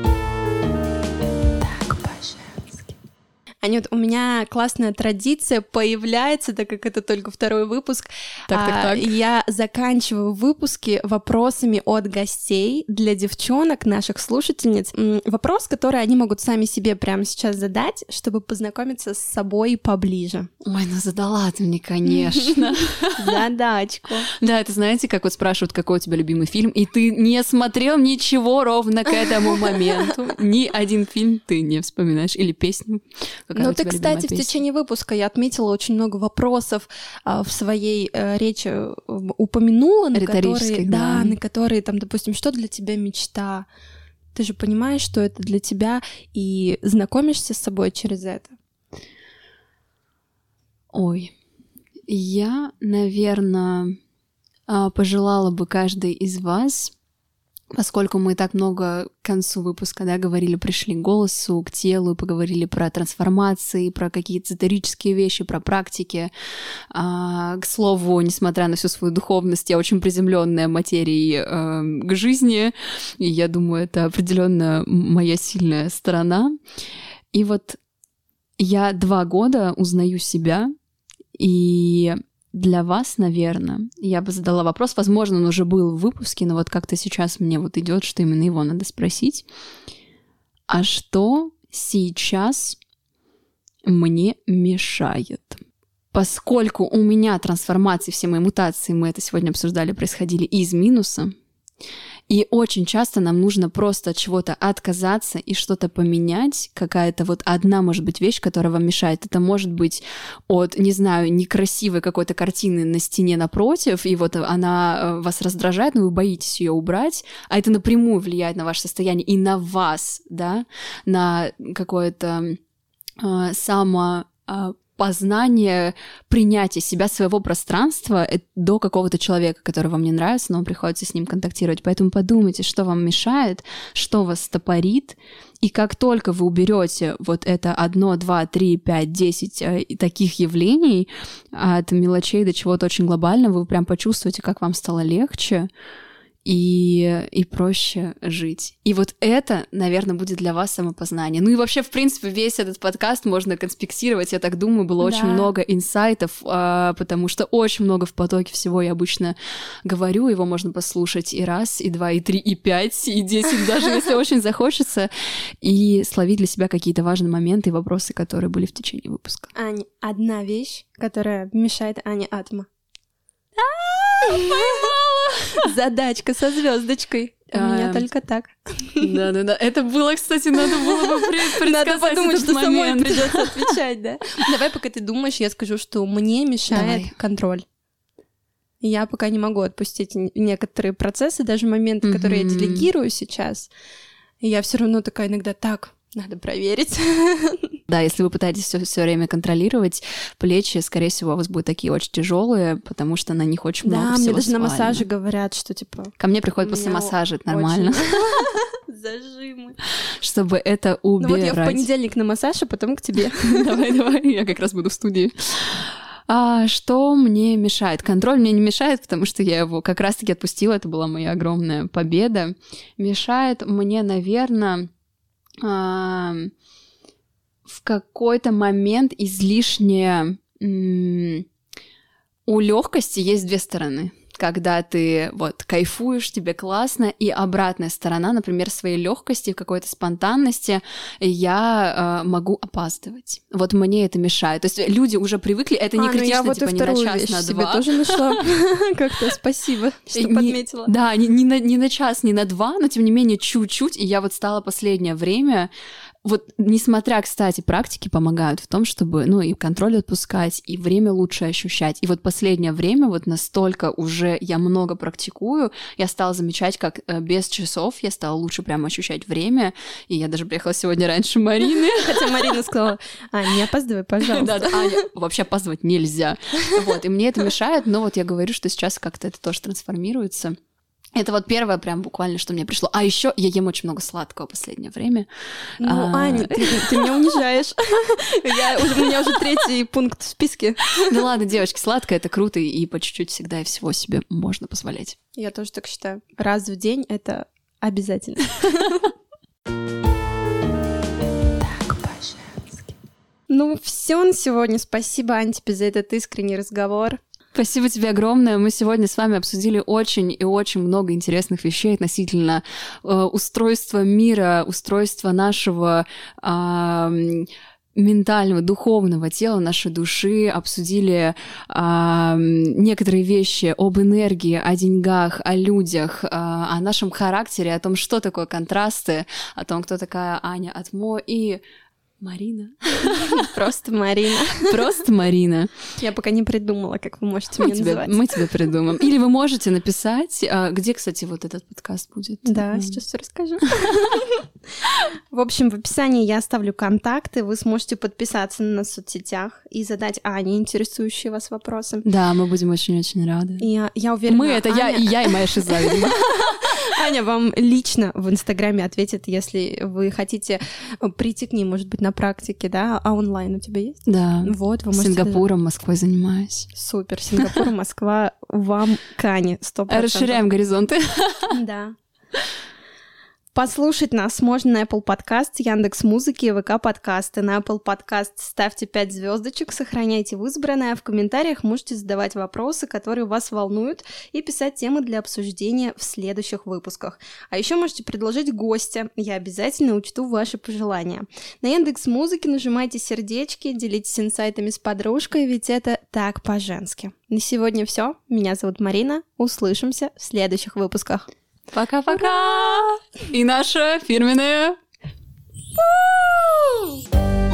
Анют, у меня классная традиция появляется, так как это только второй выпуск. Так, так, так. Я заканчиваю выпуски вопросами от гостей для девчонок, наших слушательниц. Вопрос, который они могут сами себе прямо сейчас задать, чтобы познакомиться с собой поближе. Ой, ну задала ты мне, конечно. Задачку. Да, это знаете, как вот спрашивают, какой у тебя любимый фильм, и ты не смотрел ничего ровно к этому моменту. Ни один фильм ты не вспоминаешь, или песню. Ну, ты, кстати, в течение выпуска я отметила очень много вопросов а, в своей а, речи упомянула, на которые, да, да, на которые, там, допустим, что для тебя мечта? Ты же понимаешь, что это для тебя, и знакомишься с собой через это. Ой, я, наверное, пожелала бы каждой из вас поскольку мы так много к концу выпуска, да, говорили, пришли к голосу, к телу, поговорили про трансформации, про какие-то эзотерические вещи, про практики. А, к слову, несмотря на всю свою духовность, я очень приземленная материей э, к жизни, и я думаю, это определенно моя сильная сторона. И вот я два года узнаю себя, и для вас, наверное, я бы задала вопрос, возможно, он уже был в выпуске, но вот как-то сейчас мне вот идет, что именно его надо спросить. А что сейчас мне мешает? Поскольку у меня трансформации, все мои мутации, мы это сегодня обсуждали, происходили из минуса, и очень часто нам нужно просто от чего-то отказаться и что-то поменять, какая-то вот одна, может быть, вещь, которая вам мешает. Это может быть от, не знаю, некрасивой какой-то картины на стене напротив, и вот она вас раздражает, но вы боитесь ее убрать, а это напрямую влияет на ваше состояние и на вас, да, на какое-то э, само... Э, познание, принятие себя, своего пространства до какого-то человека, который вам не нравится, но вам приходится с ним контактировать. Поэтому подумайте, что вам мешает, что вас стопорит, и как только вы уберете вот это одно, два, три, пять, десять таких явлений от мелочей до чего-то очень глобального, вы прям почувствуете, как вам стало легче и, и проще жить. И вот это, наверное, будет для вас самопознание. Ну и вообще, в принципе, весь этот подкаст можно конспектировать. Я так думаю, было да. очень много инсайтов, потому что очень много в потоке всего я обычно говорю. Его можно послушать и раз, и два, и три, и пять, и десять, даже если очень захочется, и словить для себя какие-то важные моменты и вопросы, которые были в течение выпуска. Аня, одна вещь, которая мешает Ане Атма. Задачка со звездочкой. У меня только так. Да-да-да. Это было, кстати, надо было бы предсказать. Надо подумать, что момент. самой придется отвечать, да? Давай, пока ты думаешь, я скажу, что мне мешает Давай. контроль. Я пока не могу отпустить некоторые процессы, даже моменты, mm-hmm. которые я делегирую сейчас. И я все равно такая иногда так. Надо проверить. Да, если вы пытаетесь все, все время контролировать, плечи, скорее всего, у вас будут такие очень тяжелые, потому что на них очень да, много всего всего мне даже свалено. на массаже говорят, что типа... Ко мне приходят после массажа, это нормально. Зажимы. Чтобы это убирать. Ну вот я в понедельник на массаж, а потом к тебе. Давай, давай, я как раз буду в студии. А что мне мешает? Контроль мне не мешает, потому что я его как раз-таки отпустила, это была моя огромная победа. Мешает мне, наверное... в какой-то момент излишне... У легкости есть две стороны. Когда ты вот кайфуешь, тебе классно, и обратная сторона, например, своей легкости, какой-то спонтанности, я э, могу опаздывать. Вот мне это мешает. То есть люди уже привыкли, это не а, критично, ну типа не на час, на два. Я тоже нашла. Как-то спасибо, что подметила. Да, не на час, не на два, но тем не менее чуть-чуть, и я вот стала последнее время... Вот, несмотря, кстати, практики помогают в том, чтобы, ну, и контроль отпускать, и время лучше ощущать. И вот последнее время вот настолько уже я много практикую, я стала замечать, как без часов я стала лучше прямо ощущать время, и я даже приехала сегодня раньше Марины. Хотя Марина сказала: а, не опаздывай, пожалуйста. Да-да, Аня, вообще опаздывать нельзя. Вот, и мне это мешает, но вот я говорю, что сейчас как-то это тоже трансформируется. Это вот первое прям буквально, что мне пришло. А еще я ем очень много сладкого в последнее время. Ну, а... Аня, ты, ты меня унижаешь. Я, у меня уже третий пункт в списке. Ну ладно, девочки, сладкое — это круто, и по чуть-чуть всегда и всего себе можно позволять. Я тоже так считаю. Раз в день — это обязательно. Так, по-женски. Ну, все на сегодня. Спасибо, Ань, тебе за этот искренний разговор. Спасибо тебе огромное. Мы сегодня с вами обсудили очень и очень много интересных вещей относительно э, устройства мира, устройства нашего э, ментального, духовного тела, нашей души, обсудили э, некоторые вещи об энергии, о деньгах, о людях, э, о нашем характере, о том, что такое контрасты, о том, кто такая Аня Атмо и... Марина. Просто Марина. Просто Марина. Я пока не придумала, как вы можете меня называть. Мы тебе придумаем. Или вы можете написать, где, кстати, вот этот подкаст будет. Да, сейчас все расскажу. В общем, в описании я оставлю контакты, вы сможете подписаться на нас в соцсетях и задать Ане интересующие вас вопросы. Да, мы будем очень-очень рады. Я, я уверена, Мы — это Аня... я и я, и моя шиза, видимо. Аня вам лично в Инстаграме ответит, если вы хотите прийти к ней, может быть, на практике, да? А онлайн у тебя есть? Да. Вот, вы можете... Сингапуром, Москвой занимаюсь. Супер. Сингапур, Москва, вам к Ане, сто процентов. Расширяем горизонты. Да. Послушать нас можно на Apple Podcast, Яндекс.Музыки и ВК Подкасты. На Apple Podcast ставьте пять звездочек, сохраняйте в избранное, а в комментариях можете задавать вопросы, которые вас волнуют, и писать темы для обсуждения в следующих выпусках. А еще можете предложить гостя, я обязательно учту ваши пожелания. На Яндекс.Музыке нажимайте сердечки, делитесь инсайтами с подружкой, ведь это так по-женски. На сегодня все. Меня зовут Марина. Услышимся в следующих выпусках. Пока-пока! И наша фирменная...